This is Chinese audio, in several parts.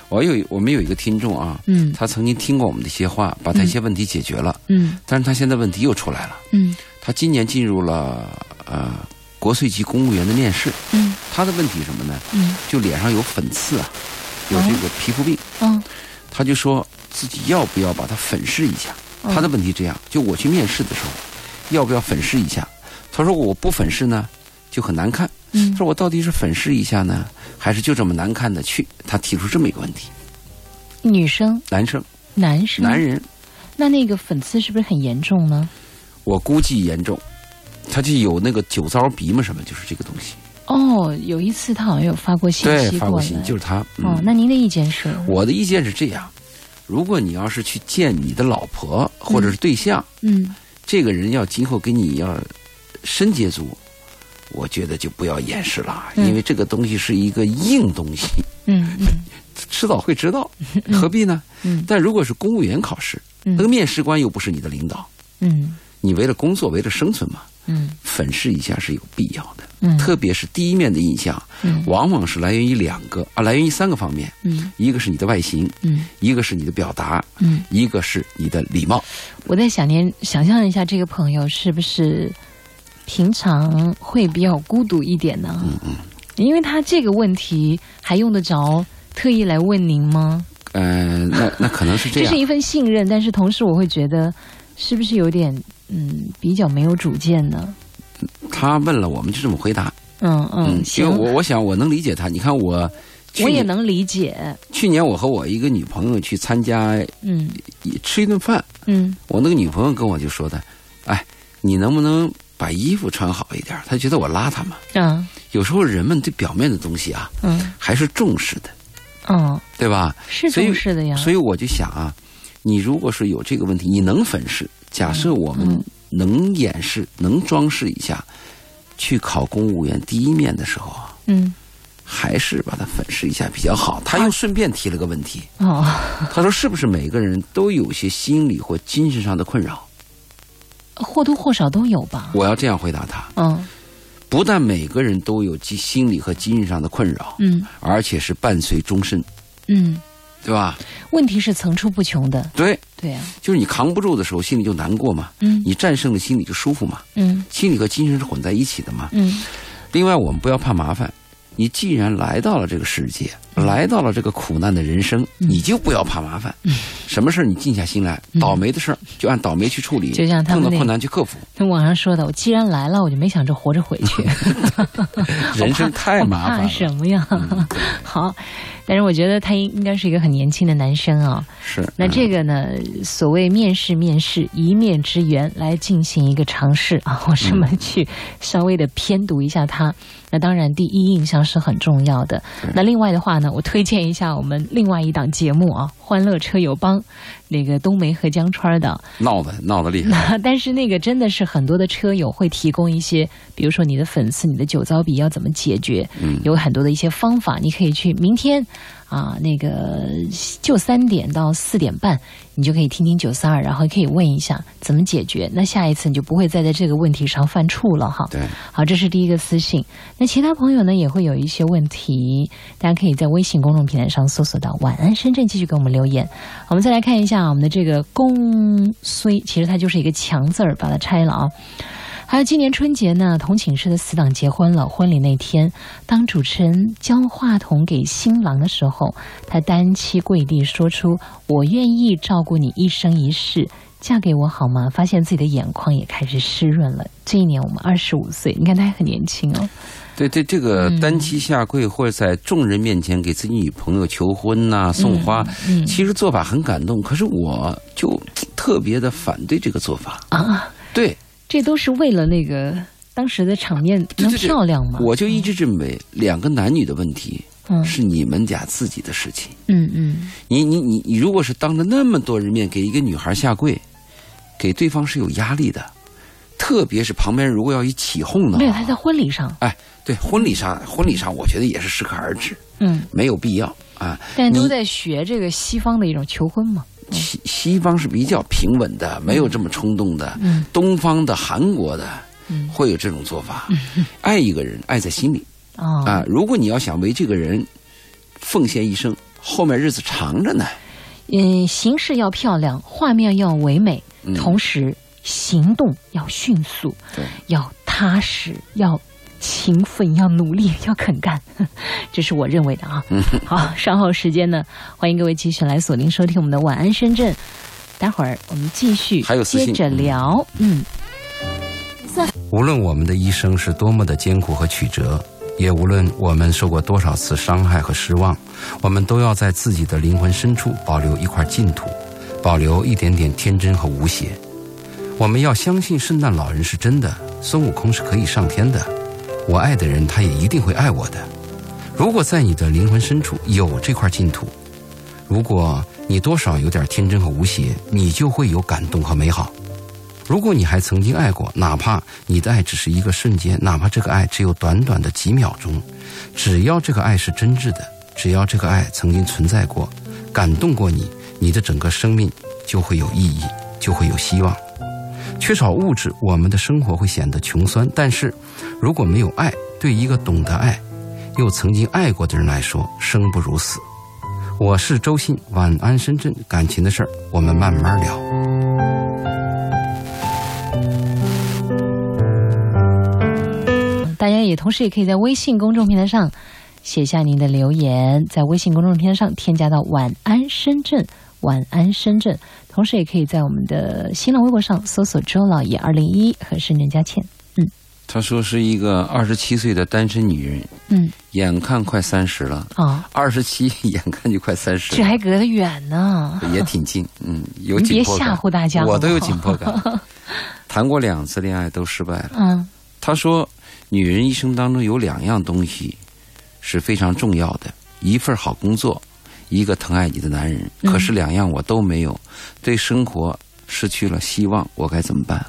我们有一个听众啊，他曾经听过我们的一些话，把他一些问题解决了，但是他现在问题又出来了，他今年进入了国税局公务员的面试，他的问题是什么呢？就脸上有粉刺啊，有这个皮肤病，他就说自己要不要把它粉饰一下？他的问题这样，就我去面试的时候，要不要粉饰一下？他说我不粉饰呢，就很难看。他说我到底是粉饰一下呢，还是就这么难看的去？他提出这么一个问题。 女生、 男生、男人， 那个粉刺是不是很严重呢？ 我估计严重，他就有那个酒糟鼻嘛，什么就是这个东西。 哦，有一次他好像有发过信息过来， 对，发过信就是他。 哦，那您的意见是？ 我的意见是这样：如果你要是去见你的老婆或者是对象，这个人要今后跟你要深接触，我觉得就不要掩饰了，因为这个东西是一个硬东西，迟早会知道，何必呢？但如果是公务员考试，那个面试官又不是你的领导，你为了工作，为了生存嘛，粉饰一下是有必要的。特别是第一面的印象，往往是来源于3个方面，一个是你的外形，一个是你的表达，一个是你的礼貌。 我在想象一下，这个朋友是不是平常会比较孤独一点呢？因为他这个问题还用得着特意来问您吗？ 那可能是这样。 这是一份信任，但是同时我会觉得，是不是有点比较没有主见呢？ 他问了，我们就这么回答。因为我想我能理解他。你看我也能理解。去年我和我一个女朋友去参加，吃一顿饭，我那个女朋友跟我就说的，哎，你能不能把衣服穿好一点？她觉得我邋遢嘛。有时候人们对表面的东西啊，还是重视的，对吧？ 是重视的呀。 所以我就想啊，你如果是有这个问题，你能粉饰，假设我们能掩饰、能装饰一下，去考公务员第一面的时候啊，还是把它粉饰一下比较好。他又顺便提了个问题，他说是不是每个人都有些心理或精神上的困扰？ 或多或少都有吧。 我要这样回答他，不但每个人都有心理和精神上的困扰，而且是伴随终身，对吧？ 问题是层出不穷的。 对啊， 就是你扛不住的时候，心里就难过嘛，你战胜了心里就舒服嘛，心理和精神是混在一起的嘛，另外我们不要怕麻烦，你既然来到了这个世界，来到了这个苦难的人生，你就不要怕麻烦，什么事儿你静下心来，倒霉的事儿就按倒霉去处理， 就像他们碰到困难去克服。 那网上说的，我既然来了，我就没想着活着回去。 人生太麻烦了， 怕什么呀？好，但是我觉得他应该是一个很年轻的男生啊。 是。 那这个呢，所谓面试一面之缘，来进行一个尝试啊，我这么去稍微的偏读一下他。那当然，第一印象是很重要的。那另外的话呢，我推荐一下我们另外一档节目啊，《欢乐车友帮》，那个冬梅和江川的，闹得厉害。但是那个真的是很多的车友会提供一些，比如说你的粉刺、你的酒糟鼻要怎么解决，有很多的一些方法，你可以去明天啊，那个就3点到4点半，你就可以听听942，然后可以问一下怎么解决。那下一次你就不会再在这个问题上犯怵了哈。 对， 好，这是第一个私信。那其他朋友呢也会有一些问题，大家可以在微信公众平台上搜索到晚安深圳，继续给我们留言。我们再来看一下我们的这个公虽，其实它就是一个强字儿，把它拆了啊。还有今年春节呢，同寝室的死党结婚了。婚礼那天，当主持人交话筒给新郎的时候，他单膝跪地说出“我愿意照顾你一生一世，嫁给我好吗？”发现自己的眼眶也开始湿润了。这一年我们25岁，你看他还很年轻哦。 对，这个单膝下跪或者在众人面前给自己女朋友求婚呐、送花，其实做法很感动。可是我就特别的反对这个做法啊。对。 这都是为了那个当时的场面能漂亮吗？ 我就一直认为2个男女的问题是你们俩自己的事情。你如果是当着那么多人面给一个女孩下跪，给对方是有压力的，特别是旁边如果要一起哄的话。 没有，他在婚礼上。 哎，对，婚礼上，我觉得也是适可而止。没有必要啊。 但都在学这个西方的一种求婚嘛。 西方是比较平稳的，没有这么冲动的。东方的韩国的会有这种做法。爱一个人，爱在心里啊。如果你要想为这个人奉献一生， 后面日子长着呢。 形式要漂亮，画面要唯美，同时行动要迅速，要踏实，要勤奋，要努力，要肯干，这是我认为的啊。好，稍后时间呢，欢迎各位继续来锁定收听我们的晚安深圳。待会儿我们继续接着聊。 无论我们的一生是多么的艰苦和曲折，也无论我们受过多少次伤害和失望，我们都要在自己的灵魂深处保留一块净土，保留一点点天真和无邪。我们要相信圣诞老人是真的，孙悟空是可以上天的，我爱的人他也一定会爱我的。如果在你的灵魂深处有这块净土，如果你多少有点天真和无邪，你就会有感动和美好。如果你还曾经爱过，哪怕你的爱只是一个瞬间，哪怕这个爱只有短短的几秒钟，只要这个爱是真挚的，只要这个爱曾经存在过，感动过你，你的整个生命就会有意义，就会有希望。缺少物质，我们的生活会显得穷酸，但是如果没有爱，对一个懂得爱又曾经爱过的人来说，生不如死。我是周信，晚安深圳，感情的事儿我们慢慢聊。 大家也同时也可以在微信公众平台上写下您的留言，在微信公众平台上添加到晚安深圳，晚安深圳，同时也可以在我们的新浪微博上搜索周老爷201和深圳佳倩。 他说是一个27岁的单身女人，眼看快30了，27眼看就快30了， 这还隔得远呢， 也挺近，有紧迫感。 别吓唬大家， 我都有紧迫感。谈过2次恋爱都失败了。他说，女人一生当中有2样东西是非常重要的，一份好工作，一个疼爱你的男人。可是2样我都没有，对生活失去了希望，我该怎么办？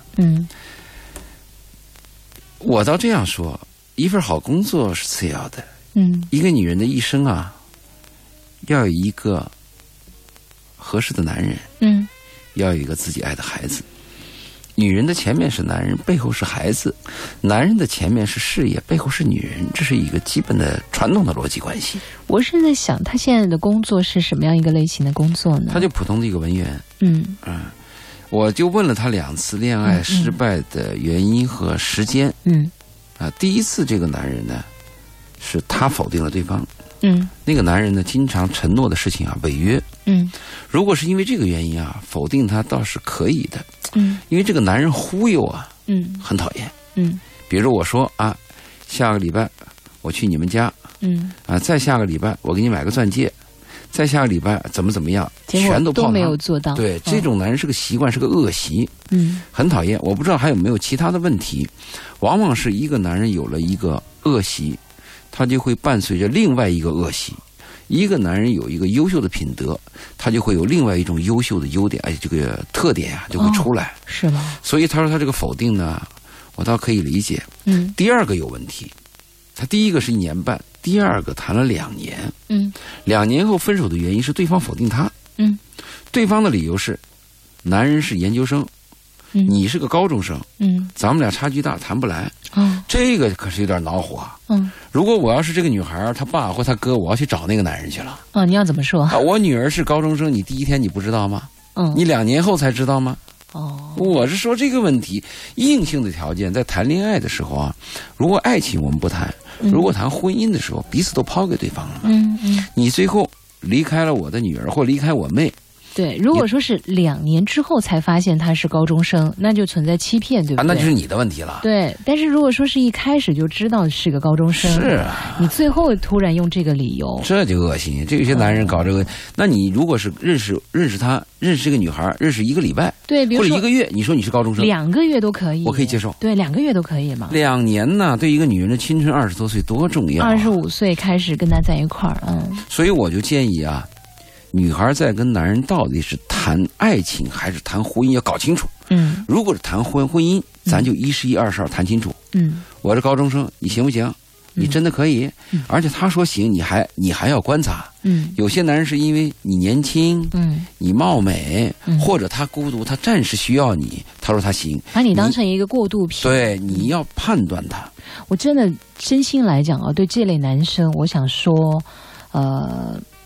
我倒这样说，一份好工作是次要的。一个女人的一生啊，要有一个合适的男人，要有一个自己爱的孩子。女人的前面是男人，背后是孩子；男人的前面是事业，背后是女人。这是一个基本的传统的逻辑关系。 我是在想，他现在的工作是什么样一个类型的工作呢？ 他就普通的一个文员。我就问了他2次恋爱失败的原因和时间。第一次这个男人呢，是他否定了对方。那个男人呢，经常承诺的事情啊违约。如果是因为这个原因啊，否定他倒是可以的。因为这个男人忽悠啊，很讨厌。比如我说啊，下个礼拜我去你们家，再下个礼拜我给你买个钻戒，再下个礼拜怎么样，全都没有做到。 对，这种男人是个习惯，是个恶习，很讨厌。我不知道还有没有其他的问题。往往是一个男人有了一个恶习，他就会伴随着另外一个恶习。一个男人有一个优秀的品德，他就会有另外一种优秀的优点，这个特点啊就会出来。 是吗？ 所以他说他这个否定呢，我倒可以理解。第二个有问题，他第一个是1年半，第二个谈了2年。2年后分手的原因是对方否定他。对方的理由是，男人是研究生，你是个高中生，咱们俩差距大，谈不来。这个可是有点恼火。如果我要是这个女孩，她爸或她哥，我要去找那个男人去了。 你要怎么说？ 我女儿是高中生，你第一天你不知道吗？你2年后才知道吗？我是说这个问题，硬性的条件在谈恋爱的时候啊，如果爱情我们不谈，如果谈婚姻的时候，彼此都抛给对方了嘛。你最后离开了我的女儿，或离开我妹。 对，如果说是2年之后才发现他是高中生，那就存在欺骗，对不对？ 那就是你的问题了。 对，但是如果说是一开始就知道是个高中生， 是啊， 你最后突然用这个理由， 这就恶心。这有些男人搞这个，那你如果是认识这个女孩，认识1个礼拜， 对，比如说或者1个月，你说你是高中生 ，2个月都可以， 我可以接受。 对，2个月都可以嘛。 2年呢，对一个女人的青春20多岁多重要 ！25岁开始跟他在一块儿， 所以我就建议啊，女孩在跟男人到底是谈爱情还是谈婚姻要搞清楚。如果是谈婚姻，咱就1是1，2是2，谈清楚。我是高中生，你行不行？你真的可以？而且他说行，你还要观察。有些男人是因为你年轻，你貌美，或者他孤独，他暂时需要你，他说他行， 把你当成一个过渡品。 对，你要判断他。 我真心来讲啊，对这类男生，我想说，曾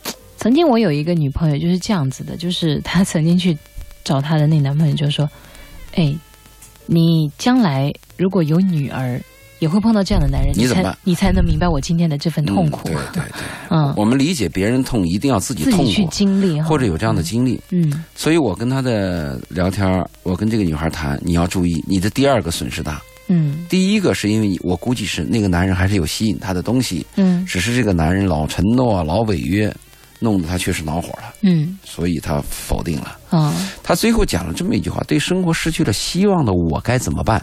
曾经我有一个女朋友就是这样子的，就是她曾经去找她的那男朋友，就说：“哎，你将来如果有女儿。”也会碰到这样的男人，你才能明白我今天的这份痛苦。 对，我们理解别人痛，一定要自己痛过， 去经历， 或者有这样的经历。所以我跟他的聊天，我跟这个女孩谈，你要注意，你的第二个损失大。第一个是因为我估计是那个男人还是有吸引他的东西，只是这个男人老承诺、老违约，弄得他确实恼火了，所以他否定了。他最后讲了这么一句话：对生活失去了希望的我该怎么办？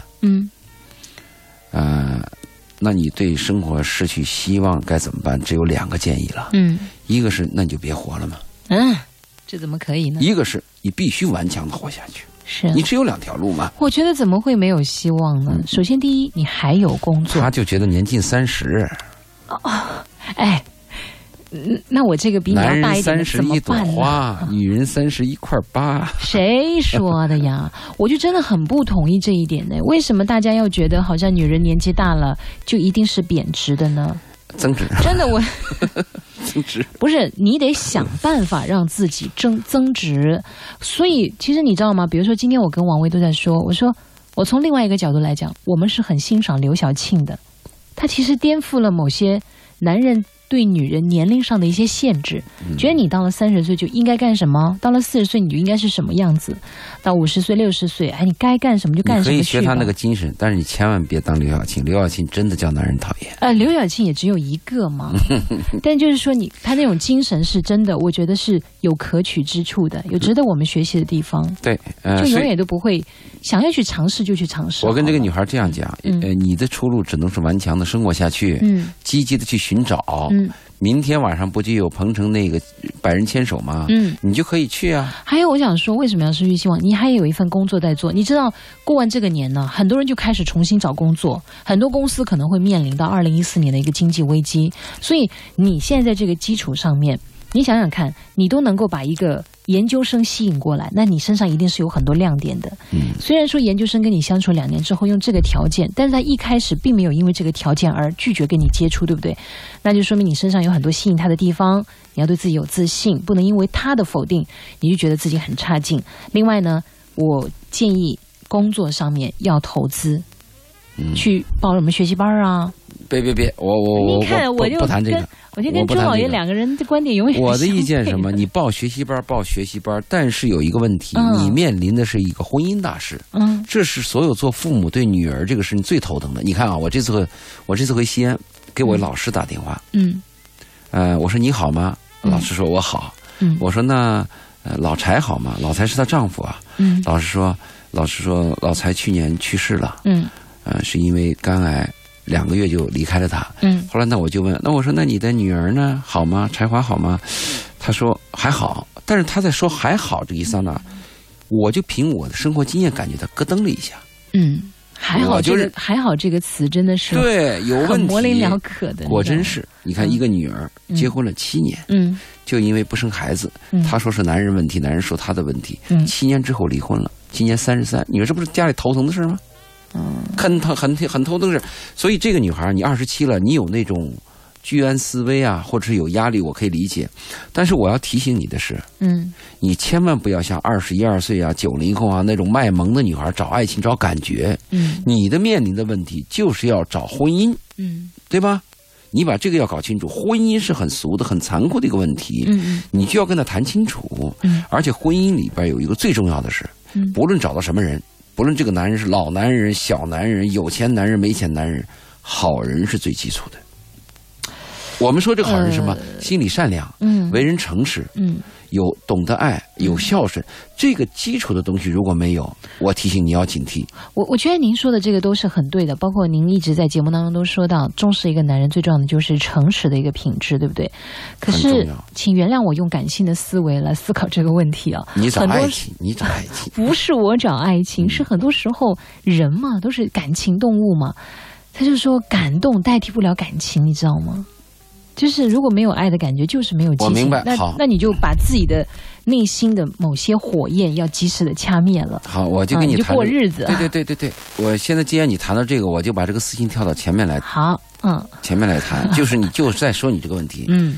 那你对生活失去希望该怎么办？只有2个建议了。一个是那你就别活了嘛。 这怎么可以呢？ 一个是你必须顽强的活下去。 是你只有2条路嘛。 我觉得怎么会没有希望呢？首先第一，你还有工作。 他就觉得年近30。 哎。那我这个比你要大一点的怎么办呢？男人31朵花，女人31块8。 谁说的呀？我就真的很不同意这一点呢。为什么大家要觉得好像女人年纪大了就一定是贬值的呢？ 增值。 真的我增值不是，你得想办法让自己增值。所以其实你知道吗？比如说今天我跟王威都在说，我说我从另外一个角度来讲，我们是很欣赏刘晓庆的，她其实颠覆了某些男人对女人年龄上的一些限制，觉得你到了30岁就应该干什么，到了40岁你就应该是什么样子，到50岁60岁，哎，你该干什么就干什么去吧。 你可以学他那个精神，但是你千万别当刘晓庆。刘晓庆真的叫男人讨厌。 刘晓庆也只有一个嘛，但就是说他那种精神是真的，我觉得是有可取之处的，有值得我们学习的地方。 对， 就永远都不会想要去尝试就去尝试。 我跟这个女孩这样讲，你的出路只能是顽强的生活下去，积极的去寻找。明天晚上不就有鹏程那个100人牵手吗？你就可以去啊。 还有我想说，为什么要失去希望？你还有一份工作在做，你知道过完这个年呢，很多人就开始重新找工作，很多公司可能会面临到2014年的一个经济危机，所以你现在这个基础上面，你想想看，你都能够把一个研究生吸引过来，那你身上一定是有很多亮点的。虽然说研究生跟你相处2年之后用这个条件，但是他一开始并没有因为这个条件而拒绝跟你接触，对不对？那就说明你身上有很多吸引他的地方，你要对自己有自信，不能因为他的否定你就觉得自己很差劲。另外呢，我建议工作上面要投资，去报什么学习班啊。 别，我不谈这个。 我就跟朱老爷2个人的观点永远是我的意见是什么？你报学习班，但是有一个问题，你面临的是一个婚姻大事。这是所有做父母对女儿这个事情最头疼的。你看啊，我这次回西安，给我老师打电话。我说你好吗？老师说我好。我说那老柴好吗？老柴是她丈夫啊。老师说老柴去年去世了。是因为肝癌。2个月就离开了他。后来那我就问，我说那你的女儿呢？好吗？柴华好吗？他说还好，但是他在说还好这一刹那，我就凭我的生活经验感觉他咯噔了一下。 还好还好这个词真的是对有问题， 很模棱两可的。 果真是，你看一个女儿结婚了7年，就因为不生孩子，她说是男人问题，男人说她的问题，7年之后离婚了，今年33，你说这不是家里头疼的事吗？很头疼的事。所以这个女孩，你27了，你有那种居安思危啊，或者是有压力，我可以理解。但是我要提醒你的是，你千万不要像21、22岁啊、90后啊那种卖萌的女孩找爱情、找感觉。你的面临的问题就是要找婚姻，对吧？你把这个要搞清楚，婚姻是很俗的、很残酷的一个问题。你就要跟他谈清楚。而且婚姻里边有一个最重要的是，不论找到什么人。不论这个男人是老男人、小男人、有钱男人、没钱男人，好人是最基础的。我们说这个好人是什么？心理善良，为人诚实，有懂得爱，有孝顺，这个基础的东西如果没有，我提醒你要警惕。 我觉得您说的这个都是很对的，包括您一直在节目当中都说到，重视一个男人最重要的就是诚实的一个品质，对不对？可是，请原谅我用感性的思维来思考这个问题啊。 你找爱情， 不是我找爱情，是很多时候人嘛都是感情动物嘛，他就说感动代替不了感情，你知道吗？就是如果没有爱的感觉，就是没有激情。 我明白。 那你就把自己的内心的某些火焰要及时的掐灭了。 好，我就跟你谈、 你就过日子。 对。我现在既然你谈到这个，我就把这个私信跳到前面来。 好， 前面来谈，就是你就在说你这个问题。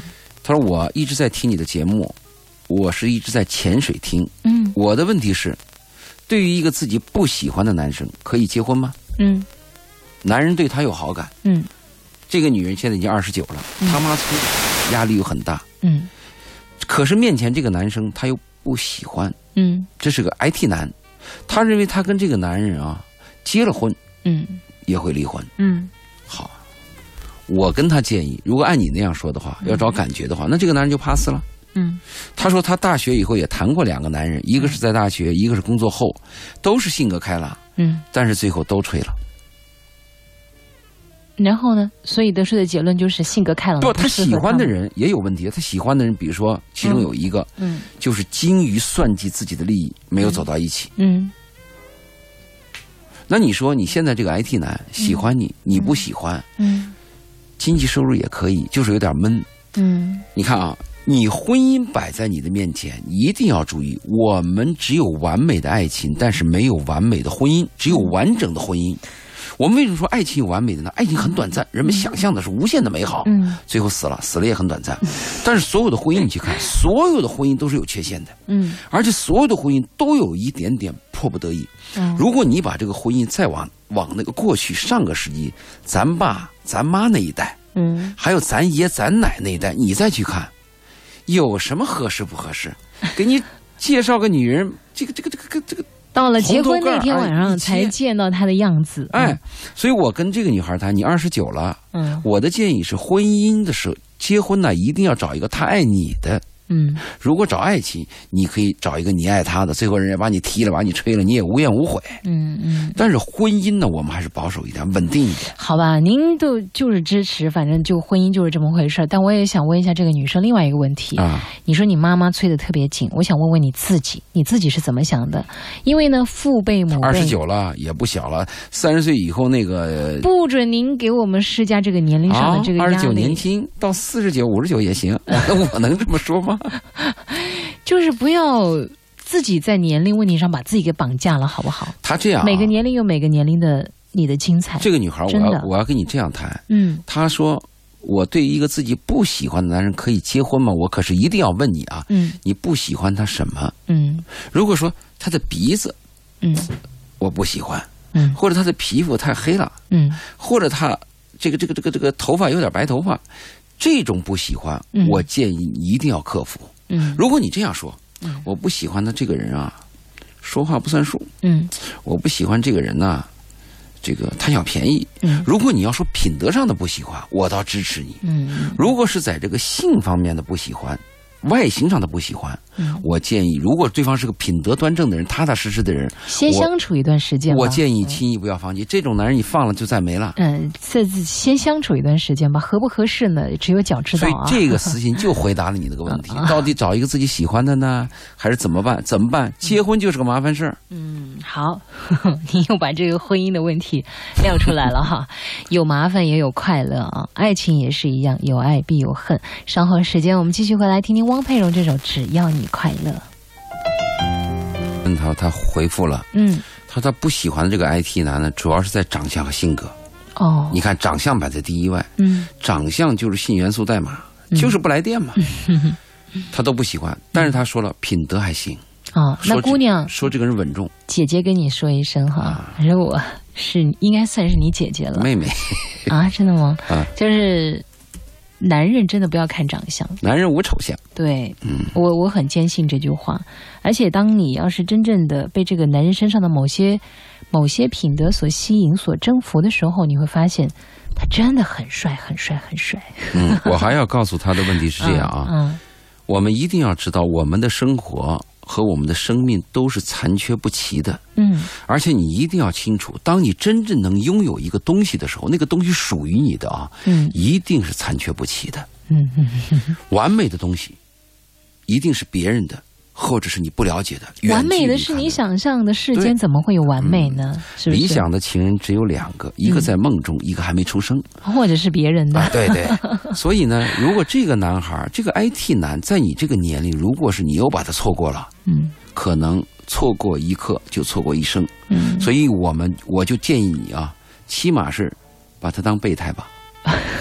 他说我一直在听你的节目，我是一直在潜水听。我的问题是，对于一个自己不喜欢的男生，可以结婚吗？男人对他有好感。这个女人现在已经29了，他妈催，压力又很大。可是面前这个男生他又不喜欢。这是个 IT 男，他认为他跟这个男人啊结了婚，也会离婚。好，我跟他建议，如果按你那样说的话，要找感觉的话，那这个男人就 pass 了。他说他大学以后也谈过2个男人，一个是在大学，一个是工作后，都是性格开朗。但是最后都吹了。 然后呢？所以得出的结论就是性格开朗。 不，他喜欢的人也有问题。他喜欢的人，比如说其中有一个，就是精于算计自己的利益，没有走到一起。那你说你现在这个 IT 男喜欢你，你不喜欢，经济收入也可以，就是有点闷。你看啊，你婚姻摆在你的面前，一定要注意，我们只有完美的爱情，但是没有完美的婚姻，只有完整的婚姻。我们为什么说爱情有完美的呢？爱情很短暂，人们想象的是无限的美好，最后死了也很短暂。但是所有的婚姻你去看，所有的婚姻都是有缺陷的，而且所有的婚姻都有一点点迫不得已。如果你把这个婚姻再往那个过去上个世纪，咱爸咱妈那一代，还有咱爷咱奶那一代，你再去看，有什么合适不合适？给你介绍个女人，这个。 到了结婚那天晚上才见到她的样子。 所以我跟这个女孩谈，你29了，我的建议是，婚姻的时候结婚呢，一定要找一个他爱你的。如果找爱情，你可以找一个你爱他的，最后人家把你踢了，把你吹了，你也无怨无悔。但是婚姻呢，我们还是保守一点，稳定一点。 好吧，您就是支持，反正就婚姻就是这么回事。但我也想问一下这个女生另外一个问题啊，你说你妈妈催得特别紧，我想问问你自己是怎么想的？因为呢，父辈母辈 29了，也不小了，30岁以后那个不准您给我们施加这个年龄上的这个压力。 29年轻，到49、59也行，我能这么说吗？ 就是不要自己在年龄问题上把自己给绑架了，好不好？ 他这样， 每个年龄有每个年龄的你的精彩。 这个女孩，我要跟你这样谈。她说我对一个自己不喜欢的男人可以结婚吗？我可是一定要问你啊，你不喜欢他什么？如果说他的鼻子，我不喜欢，或者他的皮肤太黑了，或者他这个头发有点白头发。这种不喜欢，我建议你一定要克服。如果你这样说，我不喜欢的这个人啊，说话不算数。我不喜欢这个人呢，这个贪小便宜。如果你要说品德上的不喜欢，我倒支持你。如果是在这个性方面的不喜欢，外形上的不喜欢，我建议，如果对方是个品德端正的人，踏踏实实的人， 先相处一段时间吧。 我建议轻易不要放弃，这种男人你放了就再没了。 先相处一段时间吧，合不合适呢？只有脚知道啊。 所以这个私信就回答了你那个问题，到底找一个自己喜欢的呢，还是怎么办？结婚就是个麻烦事儿。 好，你又把这个婚姻的问题亮出来了哈，有麻烦也有快乐啊，爱情也是一样，有爱必有恨。稍后时间我们继续回来听听汪佩蓉这首《只要你快乐》。 他回复了，他说他不喜欢的这个 IT 男呢，主要是在长相和性格。你看长相摆在第一位，长相就是性元素代码，就是不来电嘛，他都不喜欢。但是他说了，品德还行。 那姑娘说这个人稳重， 姐姐跟你说一声哈，反正我是应该算是你姐姐了， 妹妹啊，真的吗？就是男人真的不要看长相， 男人无丑相。 对，我很坚信这句话。而且当你要是真正的被这个男人身上的某些品德所吸引、所征服的时候，你会发现他真的很帅，很帅，很帅。 我还要告诉他的问题是这样啊，我们一定要知道，我们的生活和我们的生命都是残缺不齐的。而且你一定要清楚，当你真正能拥有一个东西的时候，那个东西属于你的啊，一定是残缺不齐的。完美的东西一定是别人的，或者是你不了解的。 完美的是你想象的，世间怎么会有完美呢？是不是？ 理想的情人只有2个，一个在梦中，一个还没出生， 或者是别人的。 对。所以呢，如果这个男孩，这个 IT 男，在你这个年龄，如果是你又把他错过了，可能错过一刻就错过一生。所以我就建议你啊，起码是把他当备胎吧。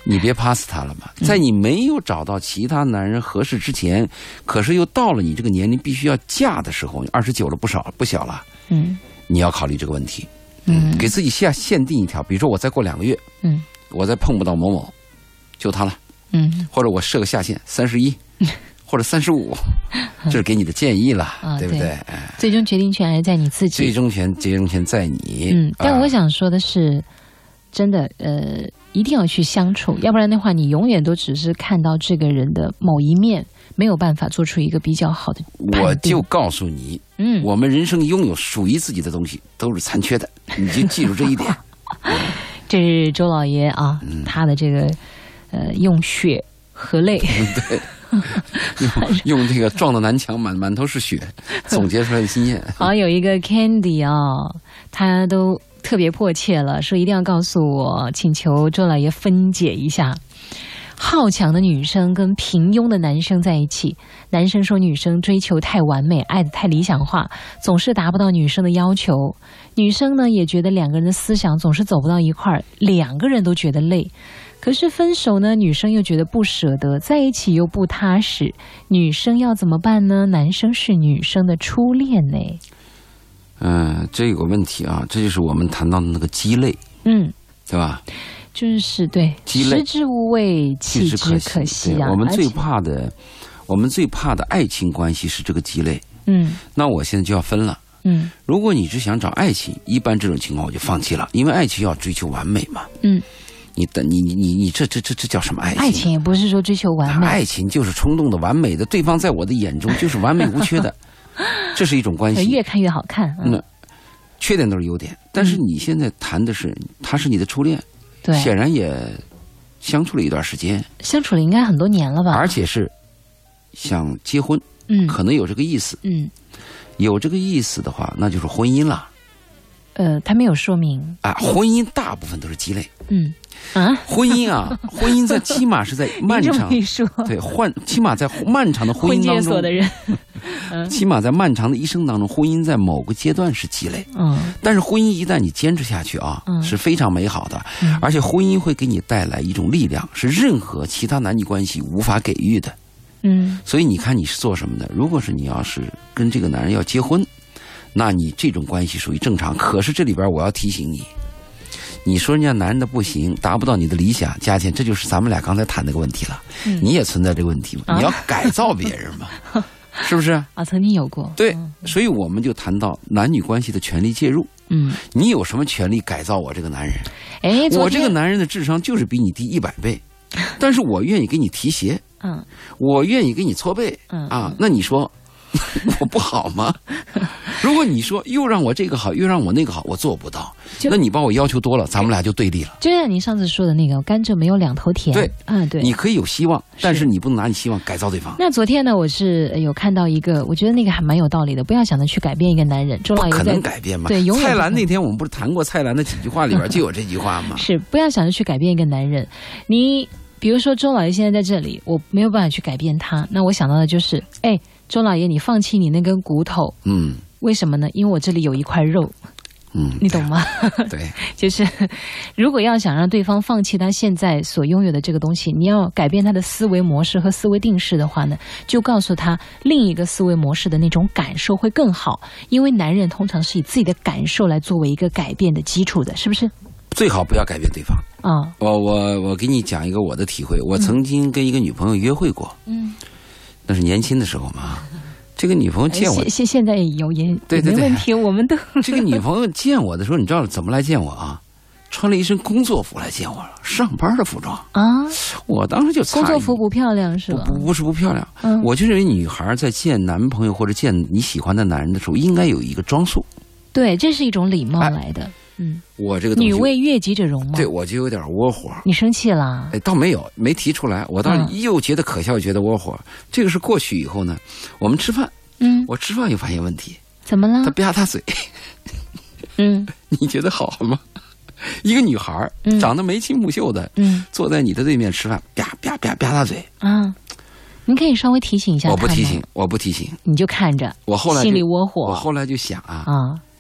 你别 pass 他了嘛。在你没有找到其他男人合适之前，可是又到了你这个年龄必须要嫁的时候，29了不小了，你要考虑这个问题，给自己限定一条，比如说我再过2个月，我再碰不到某某，就他了，或者我设个下限31。或者35，这是给你的建议了，对不对？ 最终决定权还是在你自己。 最终权在你。 但我想说的是，真的，一定要去相处，要不然的话，你永远都只是看到这个人的某一面，没有办法做出一个比较好的判定。 我就告诉你，我们人生拥有属于自己的东西都是残缺的，你就记住这一点。 这是周老爷啊，他的这个用血和泪。 对。用这个撞的南墙满头是血总结出来的经验。 好，有一个 Candy 啊，他都特别迫切了，说一定要告诉我，请求周老爷分解一下。好强的女生跟平庸的男生在一起，男生说女生追求太完美，爱得太理想化，总是达不到女生的要求，女生呢也觉得两个人的思想总是走不到一块儿，两个人都觉得累。可是分手呢，女生又觉得不舍得，在一起又不踏实，女生要怎么办呢？男生是女生的初恋呢。 这有个问题啊，这就是我们谈到的那个鸡肋，对吧？ 就是对，食之无味，弃之可惜啊。 我们最怕的爱情关系是这个鸡肋。那我现在就要分了。如果你只想找爱情，一般这种情况我就放弃了，因为爱情要追求完美嘛。你这叫什么爱情？ 爱情也不是说追求完美， 爱情就是冲动的、完美的，对方在我的眼中就是完美无缺的，这是一种关系。 越看越好看。 那缺点都是优点，但是你现在谈的是他是你的初恋， 对， 显然也相处了一段时间， 相处了应该很多年了吧？ 而且是想结婚，可能有这个意思，有这个意思的话，那就是婚姻了。 他没有说明啊，婚姻大部分都是鸡肋。婚姻啊，婚姻起码是在漫长，对，起码在漫长的婚姻当中， 的人起码在漫长的一生当中，婚姻在某个阶段是鸡肋。但是婚姻一旦你坚持下去啊，是非常美好的，而且婚姻会给你带来一种力量，是任何其他男女关系无法给予的。所以你看你是做什么的？如果是你要是跟这个男人要结婚，那你这种关系属于正常。可是这里边我要提醒你，你说人家男人的不行，达不到你的理想，佳倩，这就是咱们俩刚才谈那个问题了。你也存在这个问题嘛？你要改造别人嘛？是不是啊？曾经有过。 对，所以我们就谈到男女关系的权利介入。你有什么权利改造我这个男人？我这个男人的智商就是比你低100倍，但是我愿意给你提鞋，我愿意给你搓背，那你说我不好吗？如果你说又让我这个好，又让我那个好，我做不到，那你把我要求多了，咱们俩就对立了。 就像您上次说的那个甘蔗没有两头甜。 对， 对， 你可以有希望，但是你不能拿你希望改造对方。 那昨天呢，我是有看到一个，我觉得那个还蛮有道理的。不要想着去改变一个男人，周老爷不可能改变嘛。 对， 蔡澜那天我们不是谈过蔡澜的几句话里边就有这句话吗？ 是，不要想着去改变一个男人。你比如说周老爷现在在这里，我没有办法去改变他，那我想到的就是，周老爷，你放弃你那根骨头，为什么呢？因为我这里有一块肉，你懂吗？ 对， 就是如果要想让对方放弃他现在所拥有的这个东西，你要改变他的思维模式和思维定式的话呢，就告诉他另一个思维模式的那种感受会更好，因为男人通常是以自己的感受来作为一个改变的基础的，是不是？ 最好不要改变对方。我给你讲一个我的体会，我曾经跟一个女朋友约会过，那是年轻的时候嘛。这个女朋友见我， 现在有也对没问题，我们都这个女朋友见我的时候，你知道怎么来见我啊？穿了一身工作服来见我了，上班的服装啊！我当时就工作服不漂亮是吧？ 不是不漂亮，我就认为女孩在见男朋友或者见你喜欢的男人的时候，应该有一个装束。 对，这是一种礼貌来的。 我这个女为悦己者容嘛。 对，我就有点窝火。 你生气了？ 倒没有，没提出来。我倒又觉得可笑，又觉得窝火。这个是过去以后呢，我们吃饭，我吃饭又发现问题。 怎么了？ 他吧嗒嘴。你觉得好吗？一个女孩长得眉清目秀的，坐在你的对面吃饭，吧嗒嘴。 您可以稍微提醒一下他。 我不提醒， 你就看着。 我后来心里窝火。 我后来就想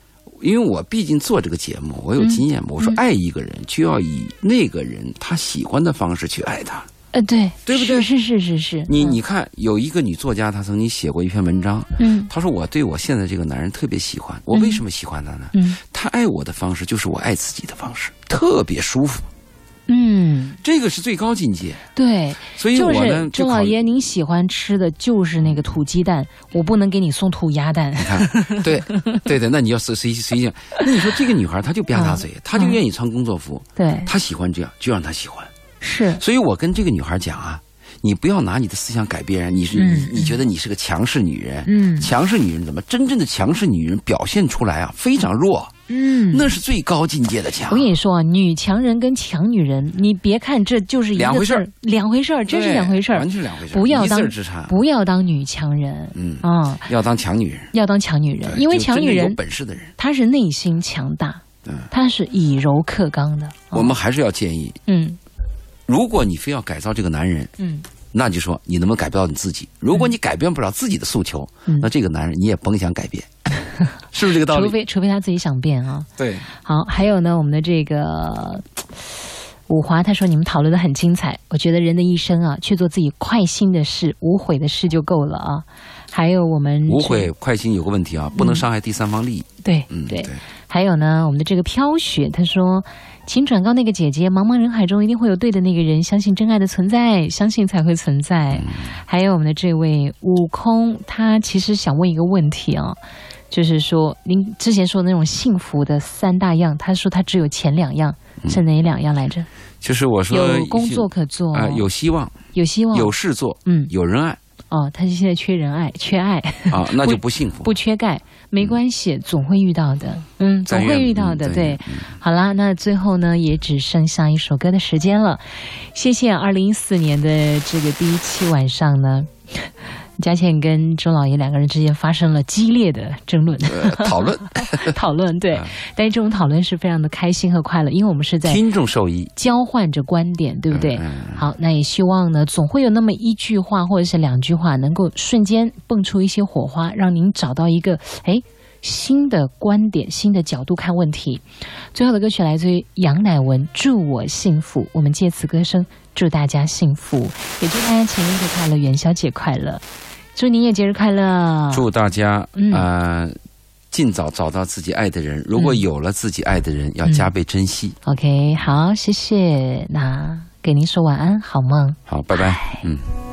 因为我毕竟做这个节目，我有经验嘛。我说爱一个人就要以那个人他喜欢的方式去爱他。 对， 对不对？ 是。 你看，有一个女作家，她曾经写过一篇文章，她说我对我现在这个男人特别喜欢，我为什么喜欢他呢？他爱我的方式就是我爱自己的方式，特别舒服。这个是最高境界。 对， 所以我呢， 就是周老爷，您喜欢吃的就是那个土鸡蛋，我不能给你送土鸭蛋。 你看，对，那你要随性。那你说这个女孩，她就吧嗒嘴，她就愿意穿工作服， 对， 她喜欢这样，就让她喜欢。 是， 所以我跟这个女孩讲啊，你不要拿你的思想改变人，你觉得你是个强势女人，强势女人怎么真正的强势女人表现出来啊非常弱，那是最高境界的强。 我跟你说啊，女强人跟强女人，你别看这就是一个两回事儿， 真是两回事儿， 完全两回事儿， 不要当一字之差， 不要当女强人， 要当强女人， 因为强女人有本事的人， 她是内心强大，她是以柔克刚的。 我们还是要建议，如果你非要改造这个男人，那就说你能不能改变到你自己？如果你改变不了自己的诉求，那这个男人你也甭想改变，是不是这个道理？ 除非他自己想变啊。 对， 好，还有呢，我们的这个武华他说你们讨论的很精彩，我觉得人的一生啊，去做自己快心的事、无悔的事就够了啊。还有我们无悔快心有个问题啊，不能伤害第三方利益。 对，还有呢，我们的这个飘雪他说，请转告那个姐姐，茫茫人海中一定会有对的那个人，相信真爱的存在，相信才会存在。还有我们的这位悟空，他其实想问一个问题啊，就是说您之前说的那种幸福的3大样，他说他只有前2样，是哪2样来着？ 就是我说有工作可做有希望，有事做，有人爱。 他现在缺人爱，缺爱啊，那就不幸福， 不缺钙，没关系，总会遇到的，总会遇到的，对。好啦，那最后呢，也只剩下一首歌的时间了。谢谢2014年的这个第1期晚上呢，佳倩跟周老爷2个人之间发生了激烈的争论、讨论，对。但是这种讨论是非常的开心和快乐，因为我们是在听众受益，交换着观点，对不对？好，那也希望呢，总会有那么1句话或者是2句话，能够瞬间蹦出一些火花，让您找到一个新的观点、新的角度看问题。最后的歌曲来自于杨乃文，《祝我幸福》。我们借此歌声祝大家幸福，也祝大家情人节快乐，元宵节快乐，祝您也节日快乐。 祝大家尽早找到自己爱的人，如果有了自己爱的人，要加倍珍惜。 OK， 好，谢谢。那给您说晚安，好梦。 好，拜拜。